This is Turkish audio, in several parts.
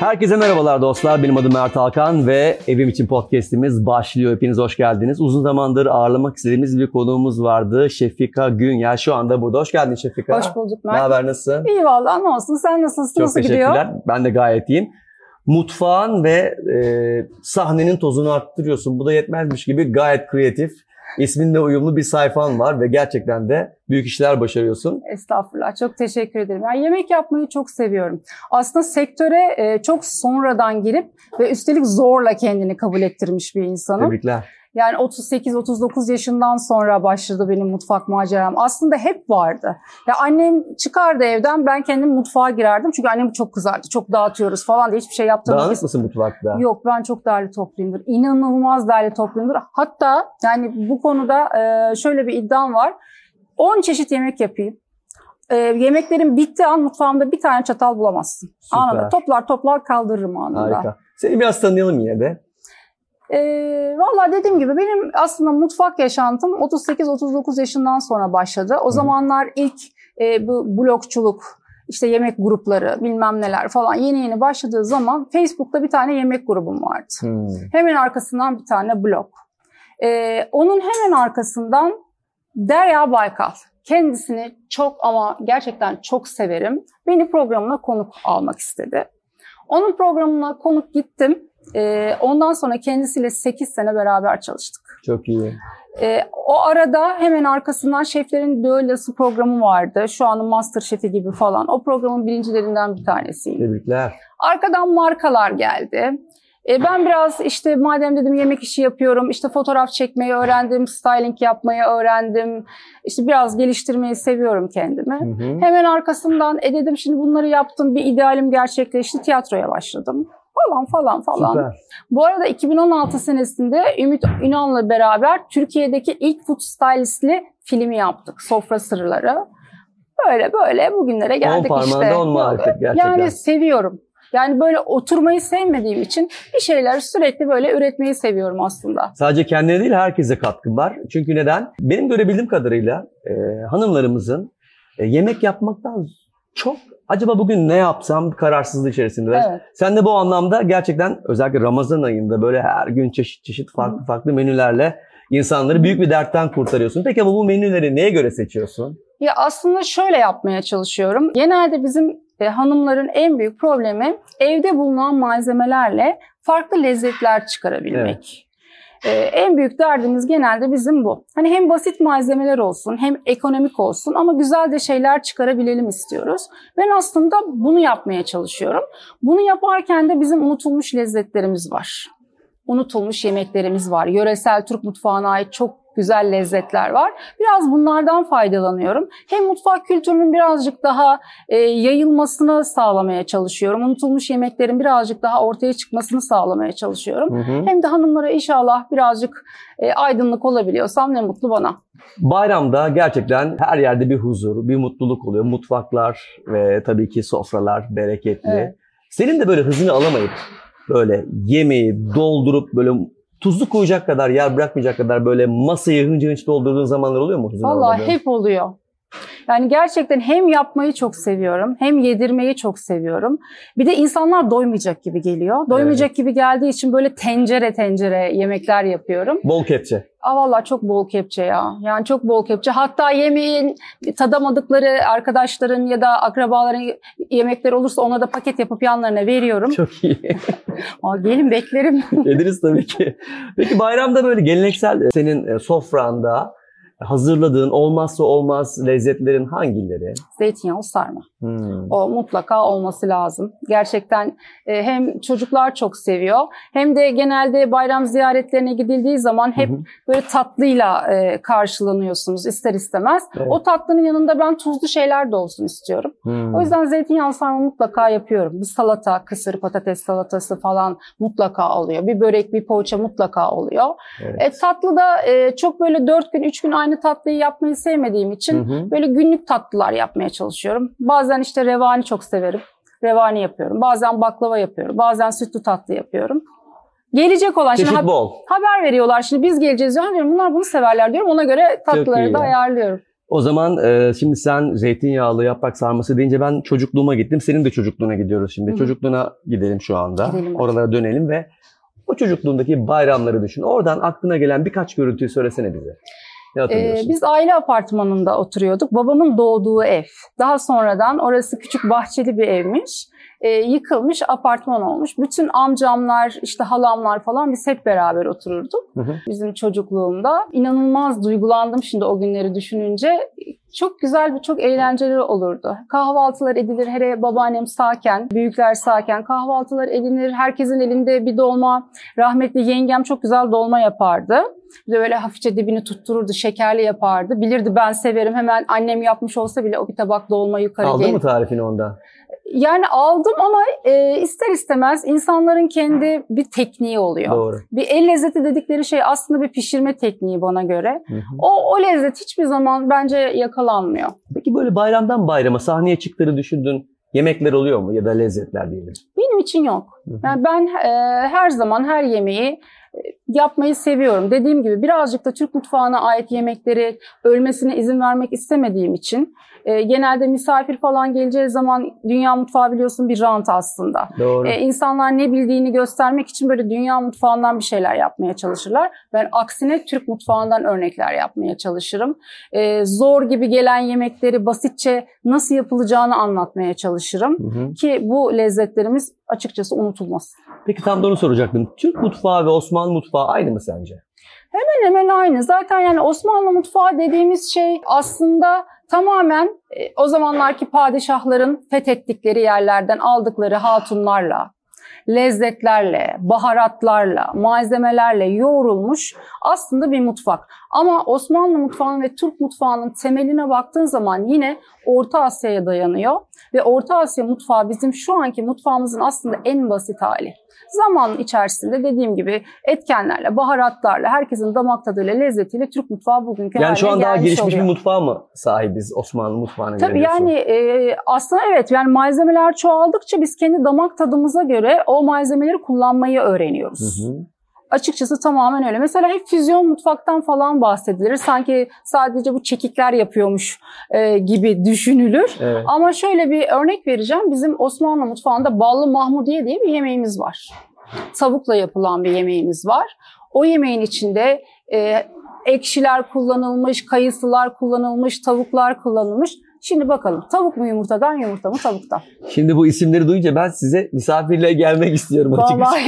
Herkese merhabalar dostlar. Benim adım Mert Alkan ve Evim İçin Podcast'imiz başlıyor. Hepiniz hoş geldiniz. Uzun zamandır ağırlamak istediğimiz bir konuğumuz vardı. Şefika Günyel şu anda burada. Hoş geldin Şefika. Hoş bulduk Mert. Ne haber, nasılsın? İyi vallahi, ne olsun. Sen nasılsın? Çok nasıl gidiyor? Çok teşekkürler. Ben de gayet iyiyim. Mutfağın ve sahnenin tozunu arttırıyorsun. Bu da yetmezmiş gibi gayet kreatif, isminle uyumlu bir sayfan var ve gerçekten de büyük işler başarıyorsun. Estağfurullah. Çok teşekkür ederim. Yani yemek yapmayı çok seviyorum. Aslında sektöre çok sonradan girip ve üstelik zorla kendini kabul ettirmiş bir insanım. Tebrikler. Yani 38-39 yaşından sonra başladı benim mutfak maceram. Aslında hep vardı. Ya annem çıkardı evden, ben kendim mutfağa girerdim. Çünkü annem çok kızardı. Çok dağıtıyoruz falan diye hiçbir şey yaptırmak. Dağınık mısın mutfakta? Yok, ben çok değerli topluyumdur. İnanılmaz değerli topluyumdur. Hatta yani bu konuda şöyle bir iddiam var. 10 çeşit yemek yapayım. Yemeklerin bittiği an mutfağımda bir tane çatal bulamazsın. Süper. Anında toplar kaldırırım anında. Harika. Seni biraz tanıyalım yine de. Vallahi dediğim gibi benim aslında mutfak yaşantım 38-39 yaşından sonra başladı. O zamanlar ilk bu blogçuluk, işte yemek grupları, bilmem neler falan yeni başladığı zaman Facebook'ta bir tane yemek grubum vardı. Hemen arkasından bir tane blog. Onun hemen arkasından Derya Baykal. Kendisini çok ama gerçekten çok severim. Beni programına konuk almak istedi. Onun programına konuk gittim. Ondan sonra kendisiyle 8 sene beraber çalıştık. Çok iyi. O arada hemen arkasından Şeflerin Düellosu programı vardı. Şu anın MasterChef'i gibi falan. O programın birincilerinden bir tanesiyim. Tebrikler. Arkadan markalar geldi. Ben biraz işte madem dedim yemek işi yapıyorum, işte fotoğraf çekmeyi öğrendim, styling yapmayı öğrendim. İşte biraz geliştirmeyi seviyorum kendimi. Hemen arkasından dedim şimdi bunları yaptım, bir idealim gerçekleşti, tiyatroya başladım. Falan. Süper. Bu arada 2016 senesinde Ümit Ünal'la beraber Türkiye'deki ilk food stylistli filmi yaptık. Sofra Sırları. Böyle bugünlere geldik işte. 10 parmağında 10 marifet gerçekten. Yani seviyorum. Yani böyle oturmayı sevmediğim için bir şeyler sürekli böyle üretmeyi seviyorum aslında. Sadece kendine değil herkese katkım var. Çünkü neden? Benim görebildiğim kadarıyla hanımlarımızın yemek yapmaktan çok acaba bugün ne yapsam kararsızlığı içerisindeler. Evet. Sen de bu anlamda gerçekten özellikle Ramazan ayında böyle her gün çeşit farklı menülerle insanları büyük bir dertten kurtarıyorsun. Peki ama bu menüleri neye göre seçiyorsun? Ya aslında şöyle yapmaya çalışıyorum. Genelde bizim hanımların en büyük problemi evde bulunan malzemelerle farklı lezzetler çıkarabilmek. Evet. En büyük derdimiz genelde bizim bu. Hani hem basit malzemeler olsun hem ekonomik olsun ama güzel de şeyler çıkarabilelim istiyoruz. Ben aslında bunu yapmaya çalışıyorum. Bunu yaparken de bizim unutulmuş lezzetlerimiz var. Unutulmuş yemeklerimiz var. Yöresel Türk mutfağına ait çok güzel lezzetler var. Biraz bunlardan faydalanıyorum. Hem mutfak kültürünün birazcık daha yayılmasını sağlamaya çalışıyorum. Unutulmuş yemeklerin birazcık daha ortaya çıkmasını sağlamaya çalışıyorum. Hem de hanımlara inşallah birazcık aydınlık olabiliyorsam ne mutlu bana. Bayramda gerçekten her yerde bir huzur, bir mutluluk oluyor. Mutfaklar ve tabii ki sofralar bereketli. Evet. Senin de böyle hızını alamayıp böyle yemeği doldurup böyle tuzlu koyacak kadar, yer bırakmayacak kadar böyle masayı hınç doldurduğun zamanlar oluyor mu? Vallahi hep oluyor. Yani gerçekten hem yapmayı çok seviyorum, hem yedirmeyi çok seviyorum. Bir de insanlar doymayacak gibi geliyor. Doymayacak gibi geldiği için böyle tencere yemekler yapıyorum. Bol kepçe. Vallahi çok bol kepçe ya. Yani çok bol kepçe. Hatta yemeğin tadamadıkları arkadaşların ya da akrabaların yemekleri olursa ona da paket yapıp yanlarına veriyorum. Çok iyi. Gelin beklerim. Yediniz tabii ki. Peki bayramda böyle geleneksel senin sofranda hazırladığın olmazsa olmaz lezzetlerin hangileri? Zeytinyağlı sarma. O mutlaka olması lazım. Gerçekten hem çocuklar çok seviyor hem de genelde bayram ziyaretlerine gidildiği zaman hep böyle tatlıyla karşılanıyorsunuz ister istemez. Evet. O tatlının yanında ben tuzlu şeyler de olsun istiyorum. O yüzden zeytinyağlı sarma mutlaka yapıyorum. Bir salata, kısır patates salatası falan mutlaka oluyor. Bir börek, bir poğaça mutlaka oluyor. Evet. Tatlı da çok böyle 4 gün, 3 gün aynı tatlıyı yapmayı sevmediğim için böyle günlük tatlılar yapmaya çalışıyorum. Bazen işte revani çok severim. Revani yapıyorum. Bazen baklava yapıyorum. Bazen sütlü tatlı yapıyorum. Gelecek olan çeşit şimdi bol. Haber veriyorlar şimdi biz geleceğiz diyorum. Bunlar bunu severler diyorum. Ona göre tatlıları da ayarlıyorum. O zaman şimdi sen zeytinyağlı yaprak sarması deyince ben çocukluğuma gittim. Senin de çocukluğuna gidiyoruz şimdi. Hı. Çocukluğuna gidelim şu anda. Gidelim. Oralara dönelim ve o çocukluğundaki bayramları düşün. Oradan aklına gelen birkaç görüntüyü söylesene bize. Ne hatırlıyorsun? Biz aile apartmanında oturuyorduk. Babamın doğduğu ev. Daha sonradan orası küçük bahçeli bir evmiş. Yıkılmış, apartman olmuş. Bütün amcamlar, işte halamlar falan biz hep beraber otururduk. Hı hı. Bizim çocukluğumda. İnanılmaz duygulandım şimdi o günleri düşününce. Çok güzel ve çok eğlenceli olurdu. Kahvaltılar edilir, hele babaannem sağken, büyükler sağken kahvaltılar edilir. Herkesin elinde bir dolma. Rahmetli yengem çok güzel dolma yapardı. Bir de böyle hafifçe dibini tuttururdu, şekerli yapardı. Bilirdi ben severim. Hemen annem yapmış olsa bile o bir tabak dolma yukarı gelir. Aldın mı tarifini onda? Yani aldım ama ister istemez insanların kendi bir tekniği oluyor. Doğru. Bir el lezzeti dedikleri şey aslında bir pişirme tekniği bana göre. Hı hı. O lezzet hiçbir zaman bence yakalanmıyor. Peki böyle bayramdan bayrama sahneye çıktığını düşündüğün yemekler oluyor mu ya da lezzetler diyelim? Benim için yok. Hı hı. Yani ben her zaman her yemeği yapmayı seviyorum. Dediğim gibi birazcık da Türk mutfağına ait yemekleri ölmesine izin vermek istemediğim için genelde misafir falan geleceği zaman dünya mutfağı biliyorsun bir rant aslında. Doğru. İnsanlar ne bildiğini göstermek için böyle dünya mutfağından bir şeyler yapmaya çalışırlar. Ben aksine Türk mutfağından örnekler yapmaya çalışırım. Zor gibi gelen yemekleri basitçe nasıl yapılacağını anlatmaya çalışırım. Hı hı. Ki bu lezzetlerimiz açıkçası unutulmaz. Peki tam da onu soracaktım. Türk mutfağı ve Osmanlı mutfağı aynı mı sence? Hemen hemen aynı. Zaten yani Osmanlı mutfağı dediğimiz şey aslında tamamen o zamanlarki padişahların fethettikleri yerlerden aldıkları hatunlarla, lezzetlerle, baharatlarla, malzemelerle yoğrulmuş aslında bir mutfak. Ama Osmanlı mutfağının ve Türk mutfağının temeline baktığın zaman yine Orta Asya'ya dayanıyor. Ve Orta Asya mutfağı bizim şu anki mutfağımızın aslında en basit hali. Zaman içerisinde dediğim gibi etkenlerle, baharatlarla, herkesin damak tadıyla, lezzetiyle Türk mutfağı bugünkü haline Yani şu an daha gelmiş gelişmiş oluyor. bir mutfağa mı sahibiz Osmanlı mutfağına göre Tabii diyorsun? yani aslında evet, yani malzemeler çoğaldıkça biz kendi damak tadımıza göre o malzemeleri kullanmayı öğreniyoruz. Hı hı. Açıkçası tamamen öyle. Mesela hep füzyon mutfaktan falan bahsedilir. Sanki sadece bu çekikler yapıyormuş gibi düşünülür. Evet. Ama şöyle bir örnek vereceğim. Bizim Osmanlı mutfağında ballı mahmudiye diye bir yemeğimiz var. Tavukla yapılan bir yemeğimiz var. O yemeğin içinde ekşiler kullanılmış, kayısılar kullanılmış, tavuklar kullanılmış. Şimdi bakalım, tavuk mu yumurtadan, yumurta mı tavuktan? Şimdi bu isimleri duyunca ben size misafirliğe gelmek istiyorum açıkçası. Vallahi.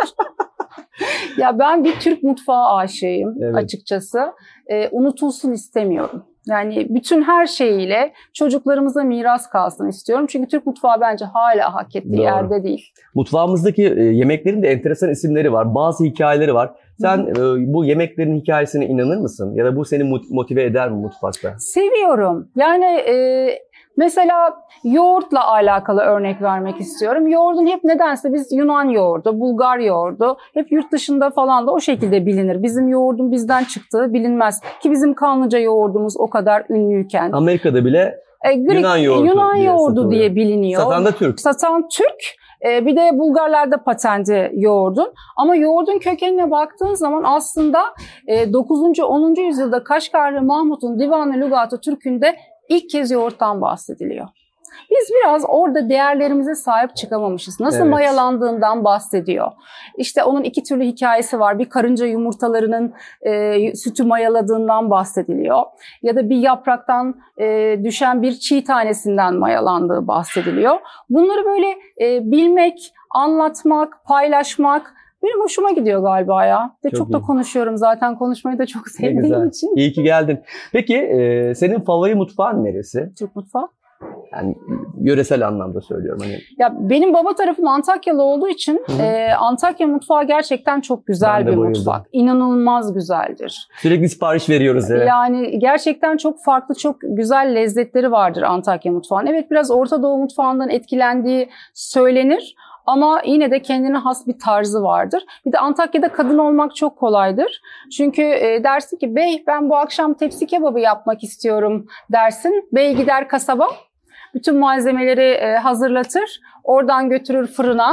Ya ben bir Türk mutfağı aşığıyım Evet. açıkçası. Unutulsun istemiyorum. Yani bütün her şeyiyle çocuklarımıza miras kalsın istiyorum. Çünkü Türk mutfağı bence hala hak ettiği Doğru. yerde değil. Mutfağımızdaki yemeklerin de enteresan isimleri var. Bazı hikayeleri var. Sen bu yemeklerin hikayesine inanır mısın? Ya da bu seni motive eder mi mutfakta? Seviyorum. Yani mesela yoğurtla alakalı örnek vermek istiyorum. Yoğurdun hep nedense biz Yunan yoğurdu, Bulgar yoğurdu, hep yurt dışında falan da o şekilde bilinir. Bizim yoğurdun bizden çıktığı bilinmez. Ki bizim Kanlıca yoğurdumuz o kadar ünlüyken. Amerika'da bile Yunan yoğurdu diye diye biliniyor. satan da Türk. Satan Türk. Bir de Bulgarlarda patenti yoğurdun. Ama yoğurdun kökenine baktığın zaman aslında 9. 10. yüzyılda Kaşgarlı Mahmut'un Divan-ı Lügat-ı Türk'ünde ilk kez yoğurttan bahsediliyor. Biz biraz orada değerlerimize sahip çıkamamışız. Nasıl Evet. mayalandığından bahsediyor. İşte onun iki türlü hikayesi var. Bir karınca yumurtalarının sütü mayaladığından bahsediliyor. Ya da bir yapraktan düşen bir çiğ tanesinden mayalandığı bahsediliyor. Bunları böyle bilmek, anlatmak, paylaşmak benim hoşuma gidiyor galiba ya. Ve çok da iyi. konuşuyorum zaten. Konuşmayı da çok Ne sevdiğim güzel. için. İyi ki geldin. Peki senin favori mutfağın neresi? Türk mutfağı. Yani yöresel anlamda söylüyorum. Hani Ya benim baba tarafım Antakyalı olduğu için Antakya mutfağı gerçekten çok Ben güzel de bir bayıldım. mutfak. İnanılmaz güzeldir. sürekli sipariş veriyoruz eve. Yani gerçekten çok farklı, çok güzel lezzetleri vardır Antakya mutfağının. Evet, biraz Orta Doğu mutfağından etkilendiği söylenir. Ama yine de kendine has bir tarzı vardır. Bir de Antakya'da kadın olmak çok kolaydır. Çünkü dersin ki bey ben bu akşam tepsi kebabı yapmak istiyorum dersin. Bey gider kasaba. Bütün malzemeleri hazırlatır. Oradan götürür fırına.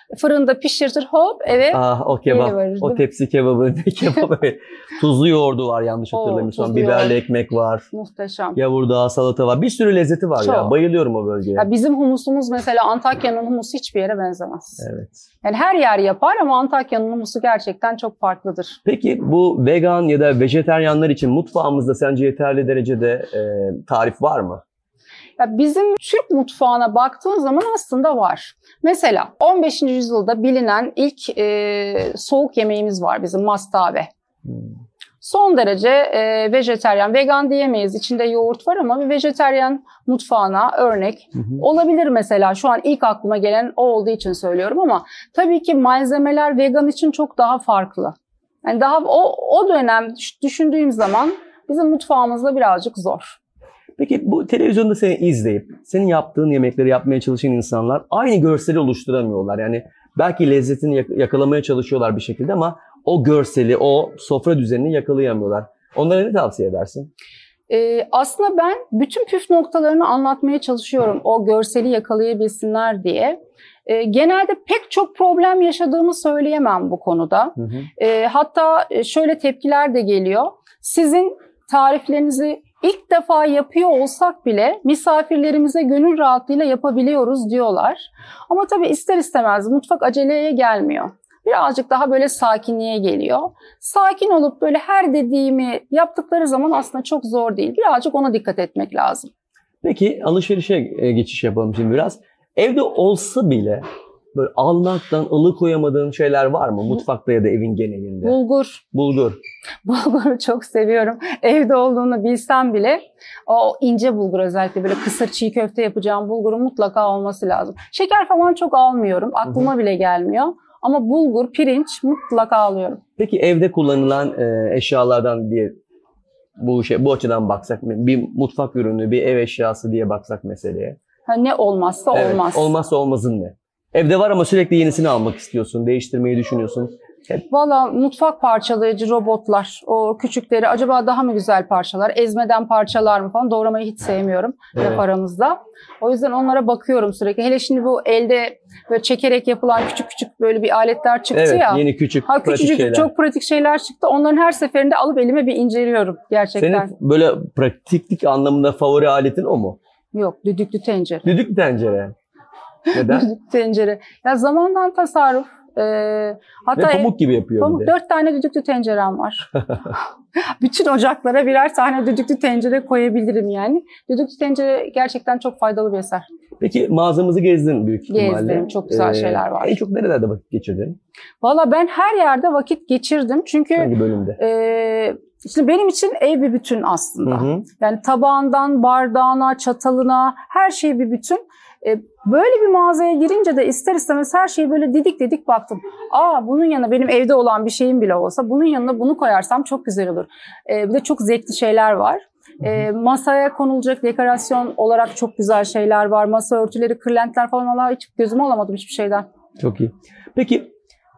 Fırında pişirtir hop eve O kebap, geliverir, o değil mi? tepsi kebabı, ne kebabı? Tuzlu yoğurdu var yanlış hatırlamıyorsam. tuzlu Biberli yoğurt. ekmek var. Muhteşem. Yavurdağı, salata var. Bir sürü lezzeti var ya. Çok. Bayılıyorum o bölgeye. Ya bizim humusumuz mesela Antakya'nın humusu hiçbir yere benzemez. Evet. Yani her yer yapar ama Antakya'nın humusu gerçekten çok farklıdır. Peki bu vegan ya da vejeteryanlar için mutfağımızda sence yeterli derecede tarif var mı? Ya bizim Türk mutfağına baktığın zaman aslında var. Mesela 15. yüzyılda bilinen ilk soğuk yemeğimiz var bizim, mastave. Son derece vejeteryan, vegan diyemeyiz. İçinde yoğurt var ama bir vejeteryan mutfağına örnek olabilir mesela. Şu an ilk aklıma gelen o olduğu için söylüyorum ama tabii ki malzemeler vegan için çok daha farklı. Yani daha o dönem düşündüğüm zaman bizim mutfağımızda birazcık zor. Peki bu televizyonda seni izleyip senin yaptığın yemekleri yapmaya çalışan insanlar aynı görseli oluşturamıyorlar. Yani belki lezzetini yakalamaya çalışıyorlar bir şekilde ama o görseli, o sofra düzenini yakalayamıyorlar. Onlara ne tavsiye edersin? Aslında ben bütün püf noktalarını anlatmaya çalışıyorum o görseli yakalayabilsinler diye. Genelde pek çok problem yaşadığımı söyleyemem bu konuda. Hatta şöyle tepkiler de geliyor. Sizin tariflerinizi İlk defa yapıyor olsak bile misafirlerimize gönül rahatlığıyla yapabiliyoruz diyorlar. Ama tabii ister istemez mutfak aceleye gelmiyor. Birazcık daha böyle sakinliğe geliyor. Sakin olup böyle her dediğimi yaptıkları zaman aslında çok zor değil. Birazcık ona dikkat etmek lazım. Peki alışverişe geçiş yapalım şimdi biraz. Evde olsa bile böyle almaktan alıkoyamadığın şeyler var mı? Mutfakta ya da evin genelinde. Bulgur. Bulgur. Bulguru çok seviyorum. Evde olduğunu bilsem bile o ince bulgur, özellikle böyle kısır çiğ köfte yapacağım bulgurun mutlaka olması lazım. Şeker falan çok almıyorum. Aklıma bile gelmiyor. Ama bulgur, pirinç mutlaka alıyorum. Peki evde kullanılan eşyalardan diye bu açıdan baksak, bir mutfak ürünü, bir ev eşyası diye baksak meseleye. Ne olmazsa olmaz. Evet, olmazsa olmazın ne? Evde var ama sürekli yenisini almak istiyorsun, değiştirmeyi düşünüyorsun. Valla mutfak parçalayıcı robotlar, o küçükleri acaba daha mı güzel parçalar, ezmeden parçalar mı falan, doğramayı hiç sevmiyorum laf aramızda. O yüzden onlara bakıyorum sürekli. Hele şimdi bu elde böyle çekerek yapılan küçük küçük böyle bir aletler çıktı ya. Evet, yeni küçük pratik şeyler. Çok pratik şeyler çıktı. Onların her seferinde alıp elime bir inceliyorum gerçekten. Senin böyle pratiklik anlamında favori aletin o mu? Yok, düdüklü tencere. Düdüklü tencere. Neden? Düdüklü tencere. Ya zamandan tasarruf. Hatta ve pamuk gibi yapıyor bir de. 4 tane düdüklü tencerem var. Bütün ocaklara birer tane düdüklü tencere koyabilirim yani. Düdüklü tencere gerçekten çok faydalı bir eser. Peki mağazamızı gezdin büyük ihtimalle. Gezdim. Çok güzel şeyler var. En çok nerelerde vakit geçirdin? Valla ben her yerde vakit geçirdim. Çünkü hangi bölümde? Şimdi benim için ev bir bütün aslında. Yani tabağından, bardağına, çatalına, her şey bir bütün. Böyle bir mağazaya girince de ister istemez her şeyi böyle didik didik baktım. Bunun yanına benim evde olan bir şeyim bile olsa bunun yanına bunu koyarsam çok güzel olur. Bir de çok zevkli şeyler var. Masaya konulacak dekorasyon olarak çok güzel şeyler var. Masa örtüleri, kırlentler falan, vallahi hiç gözüme alamadım hiçbir şeyden. Çok iyi. Peki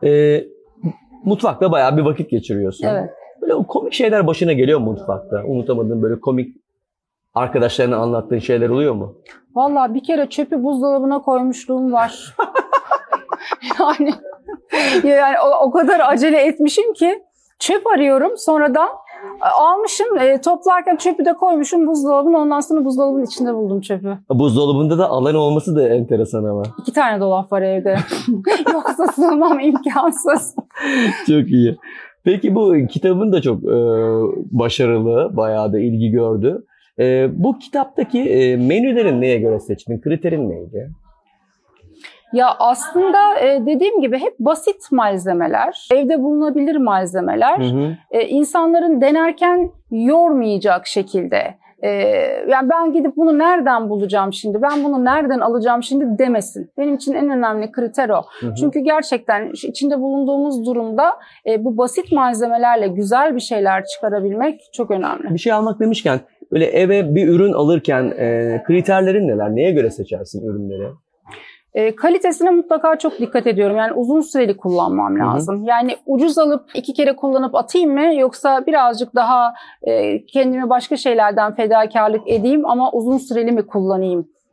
mutfakta bayağı bir vakit geçiriyorsun. Evet. Böyle komik şeyler başına geliyor mu mutfakta? Unutamadığın böyle komik arkadaşlarına anlattığın şeyler oluyor mu? Vallahi bir kere çöpü buzdolabına koymuşluğum var. yani o kadar acele etmişim ki çöp arıyorum, sonradan almışım, toplarken çöpü de koymuşum buzdolabına, ondan sonra buzdolabının içinde buldum çöpü. Buzdolabında da alan olması da enteresan ama. 2 tane dolap var evde. Yoksa sığmam imkansız. Çok iyi. Peki bu kitabın da çok başarılı, bayağı da ilgi gördü. Bu kitaptaki menülerin neye göre seçtin? Kriterin neydi? Ya aslında dediğim gibi hep basit malzemeler, evde bulunabilir malzemeler, insanların denerken yormayacak şekilde. Yani ben gidip bunu nereden bulacağım şimdi, ben bunu nereden alacağım şimdi demesin. Benim için en önemli kriter o. Çünkü gerçekten içinde bulunduğumuz durumda bu basit malzemelerle güzel bir şeyler çıkarabilmek çok önemli. Bir şey almak demişken, böyle eve bir ürün alırken kriterlerin neler? Neye göre seçersin ürünleri? Kalitesine mutlaka çok dikkat ediyorum. Yani uzun süreli kullanmam lazım. Yani ucuz alıp 2 kere kullanıp atayım mı? Yoksa birazcık daha kendimi başka şeylerden fedakarlık edeyim ama uzun süreli mi kullanayım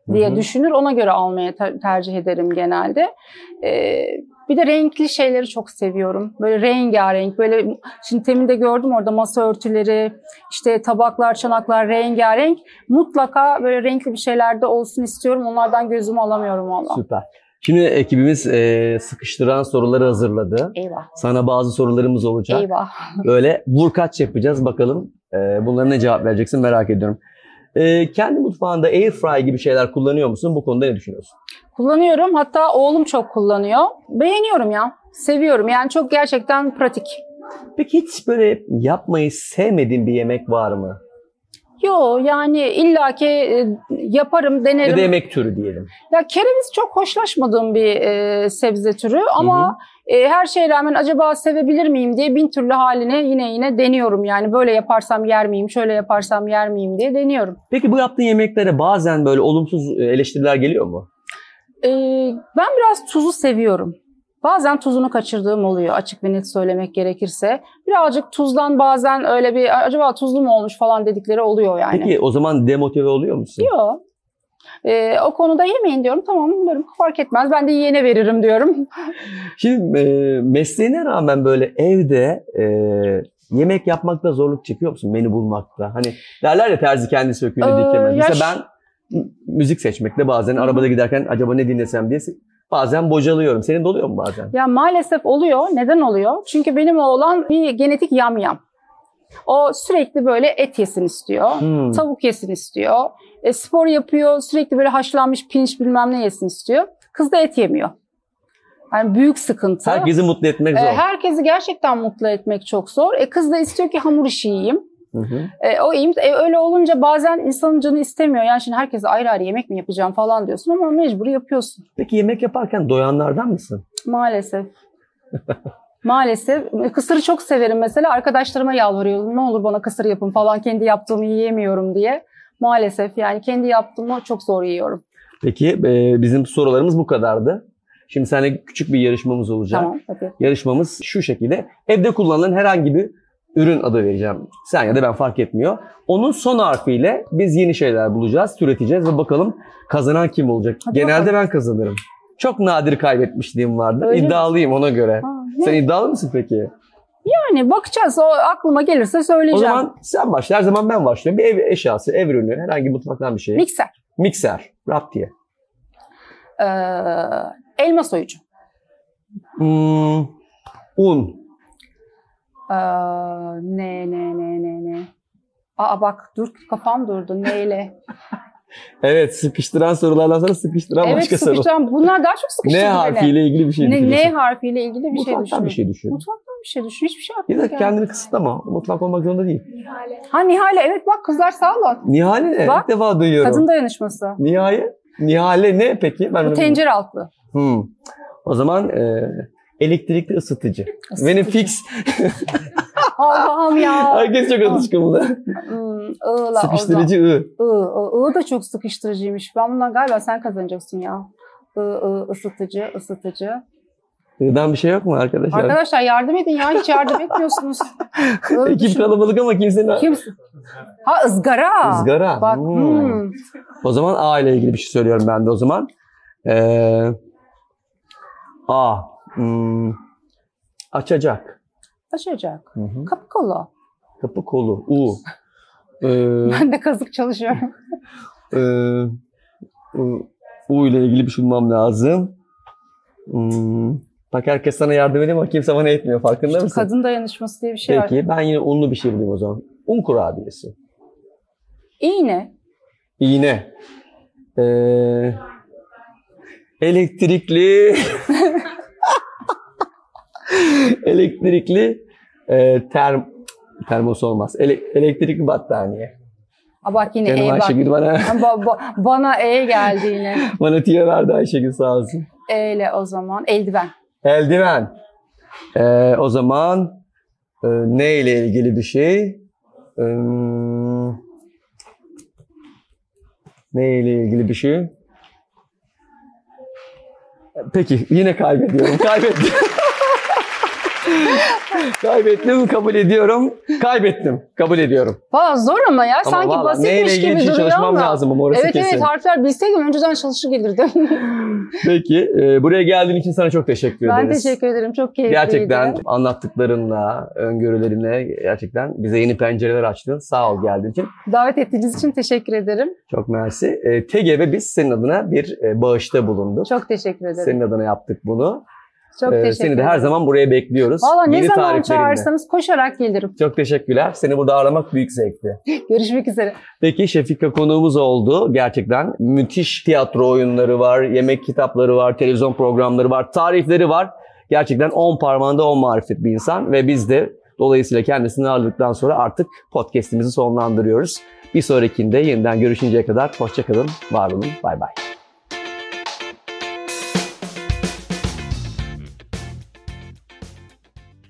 diye düşünür. Ona göre almaya tercih ederim genelde. Bir de renkli şeyleri çok seviyorum. Böyle rengarenk. Böyle şimdi temin de gördüm orada masa örtüleri, işte tabaklar, çanaklar rengarenk. Mutlaka böyle renkli bir şeyler de olsun istiyorum. Onlardan gözümü alamıyorum valla. Süper. Şimdi ekibimiz sıkıştıran soruları hazırladı. Eyvah. Sana bazı sorularımız olacak. Eyvah. Böyle vur kaç yapacağız bakalım. Bunlara ne cevap vereceksin merak ediyorum. Kendi mutfağında airfryer gibi şeyler kullanıyor musun? Bu konuda ne düşünüyorsun? Kullanıyorum. Hatta oğlum çok kullanıyor. Beğeniyorum ya. Seviyorum. Yani çok gerçekten pratik. Peki hiç böyle yapmayı sevmediğin bir yemek var mı? Yo yani illaki yaparım, denerim. Ya da yemek türü diyelim. Ya kereviz çok hoşlaşmadığım bir sebze türü ama her şeye rağmen acaba sevebilir miyim diye bin türlü haline yine deniyorum. Yani böyle yaparsam yer miyim, şöyle yaparsam yer miyim diye deniyorum. Peki bu yaptığın yemeklere bazen böyle olumsuz eleştiriler geliyor mu? Ben biraz tuzu seviyorum. Bazen tuzunu kaçırdığım oluyor açık ve net söylemek gerekirse. Birazcık tuzdan bazen öyle bir acaba tuzlu mu olmuş falan dedikleri oluyor yani. Peki o zaman demotive oluyor musun? Yok. O konuda yemeyin diyorum. Tamam diyorum, fark etmez. Ben de yiyene veririm diyorum. Şimdi mesleğine rağmen böyle evde yemek yapmakta zorluk çekiyor musun? Menü bulmakta. Hani derler ya terzi kendi söküğünü dikemez. Mesela ben müzik seçmekte bazen arabada giderken acaba ne dinlesem diye bazen bocalıyorum. Senin de oluyor mu bazen? Ya maalesef oluyor. Neden oluyor? Çünkü benim oğlan bir genetik yamyam. O sürekli böyle et yesin istiyor. Tavuk yesin istiyor. Spor yapıyor. Sürekli böyle haşlanmış pirinç bilmem ne yesin istiyor. Kız da et yemiyor. Yani büyük sıkıntı. Herkesi mutlu etmek zor. Herkesi gerçekten mutlu etmek çok zor. Kız da istiyor ki hamur işi yiyeyim. O yiyeyim. Öyle olunca bazen insanın canı istemiyor. Yani şimdi herkese ayrı ayrı yemek mi yapacağım falan diyorsun ama mecbur yapıyorsun. Peki yemek yaparken doyanlardan mısın? Maalesef. Maalesef. Kısırı çok severim mesela. Arkadaşlarıma yalvarıyorum. Ne olur bana kısır yapın falan. Kendi yaptığımı yiyemiyorum diye. Maalesef yani kendi yaptığımı çok zor yiyorum. Peki bizim sorularımız bu kadardı. Şimdi seninle küçük bir yarışmamız olacak. Tamam, tabii. Yarışmamız şu şekilde. Evde kullanılan herhangi bir ürün adı vereceğim. Sen ya da ben fark etmiyor. Onun son harfiyle biz yeni şeyler bulacağız, türeteceğiz ve bakalım kazanan kim olacak? Hadi Genelde bakalım. ben kazanırım. Çok nadir kaybetmişliğim vardı. Öyle İddialıyım ona göre. Sen ne? iddialı mısın peki? Yani bakacağız. O aklıma gelirse söyleyeceğim. O zaman sen başla. Her zaman ben başlıyorum. Bir ev eşyası, ev ürünü, herhangi mutfaktan bir şey. Mikser. Mikser. Rap diye. Elma soyucu. Un. Ne. Aa bak dur, kafam durdu. Neyle? Evet, sıkıştıran sorulardan sonra sıkıştıran Evet, başka soru. sıkıştıran. Bunlar daha çok sıkıştırdı Ne beni. harfiyle ilgili bir şey Ne düşünüyorsun? harfiyle ilgili bir şey Mutfaktan düşünüyorum. bir şey düşün. Mutfaktan bir şey düşün. Hiçbir şey Ya aklıma da gelmedi. kendini kısıtlama. Mutfak olmak zorunda değil. Ha Nihale. Evet bak kızlar sağ olun. Nihale ne? Bak, İlk defa duyuyorum. Kadın dayanışması. Nihale ne peki? Ben Bu tencere altlı. O zaman elektrikli ısıtıcı. Isıtıcı. Benim fix. Allah'ım ya. Herkes çok alışkın buna. I'la, Sıkıştırıcı ı. I da çok sıkıştırıcıymış. Ben bundan galiba sen kazanacaksın ya. Isıtıcı. I'dan bir şey yok mu arkadaşlar? Arkadaşlar yardım edin ya. Hiç yardım etmiyorsunuz. Ekip kalabalık ama kimsenin... Kimsin? Ha ızgara. Izgara. Bak. O zaman A ile ilgili bir şey söylüyorum ben de o zaman. A. Açacak. Açacak. Hı. Kapı kolu. Kapı kolu. U. Ben de kazık çalışıyorum. U ile ilgili bir şey bulmam lazım. Bak herkes sana yardım ediyor ama kimse bana etmiyor. Farkında mısın? Kadın dayanışması diye bir şey var. Peki ben yine unlu bir şey bulayım o zaman. Un kurabiyesi. İğne. İğne. Elektrikli. Elektrikli termos olmaz. Elektrikli battaniye. Aa bak yine Canım bak. Ayşegül bana Bana geldi yine. bana tiye verdi Ayşegül sağ olsun. Ile o zaman eldiven. Eldiven. O zaman ne ile ilgili bir şey? Ne ile ilgili bir şey? Peki yine kaybediyorum. Kaybettim. Kaybettim, kabul ediyorum. Kaybettim, kabul ediyorum. Valla zor ama ya. Ama Sanki vallahi basitmiş neyle gibi ilgili duruyor çalışmam ama. lazım ama orası Evet kesin. evet, harfler bilseydim önceden çalışır gelirdim. Peki, buraya geldiğin için sana çok teşekkür Ben ederiz. teşekkür ederim. Çok keyifliydi. Gerçekten anlattıklarınla, öngörülerinle gerçekten bize yeni pencereler açtın. Sağ ol geldiğin için. Davet ettiğiniz için teşekkür ederim. Çok mersi. TGV biz senin adına bir bağışta bulunduk. Çok teşekkür ederim. Senin adına yaptık bunu. Çok teşekkür ederim. Seni de her zaman buraya bekliyoruz. Valla ne Yeni zaman tariflerinle. çağırırsanız koşarak gelirim. Çok teşekkürler. Seni burada ağırlamak büyük zevkti. Görüşmek üzere. Peki Şefika konuğumuz oldu. Gerçekten müthiş tiyatro oyunları var, yemek kitapları var, televizyon programları var, tarifleri var. Gerçekten 10 parmağında 10 marifet bir insan ve biz de dolayısıyla kendisini ağırladıktan sonra artık podcast'imizi sonlandırıyoruz. Bir sonrakinde yeniden görüşünceye kadar hoşça kalın, var olun, bay bay.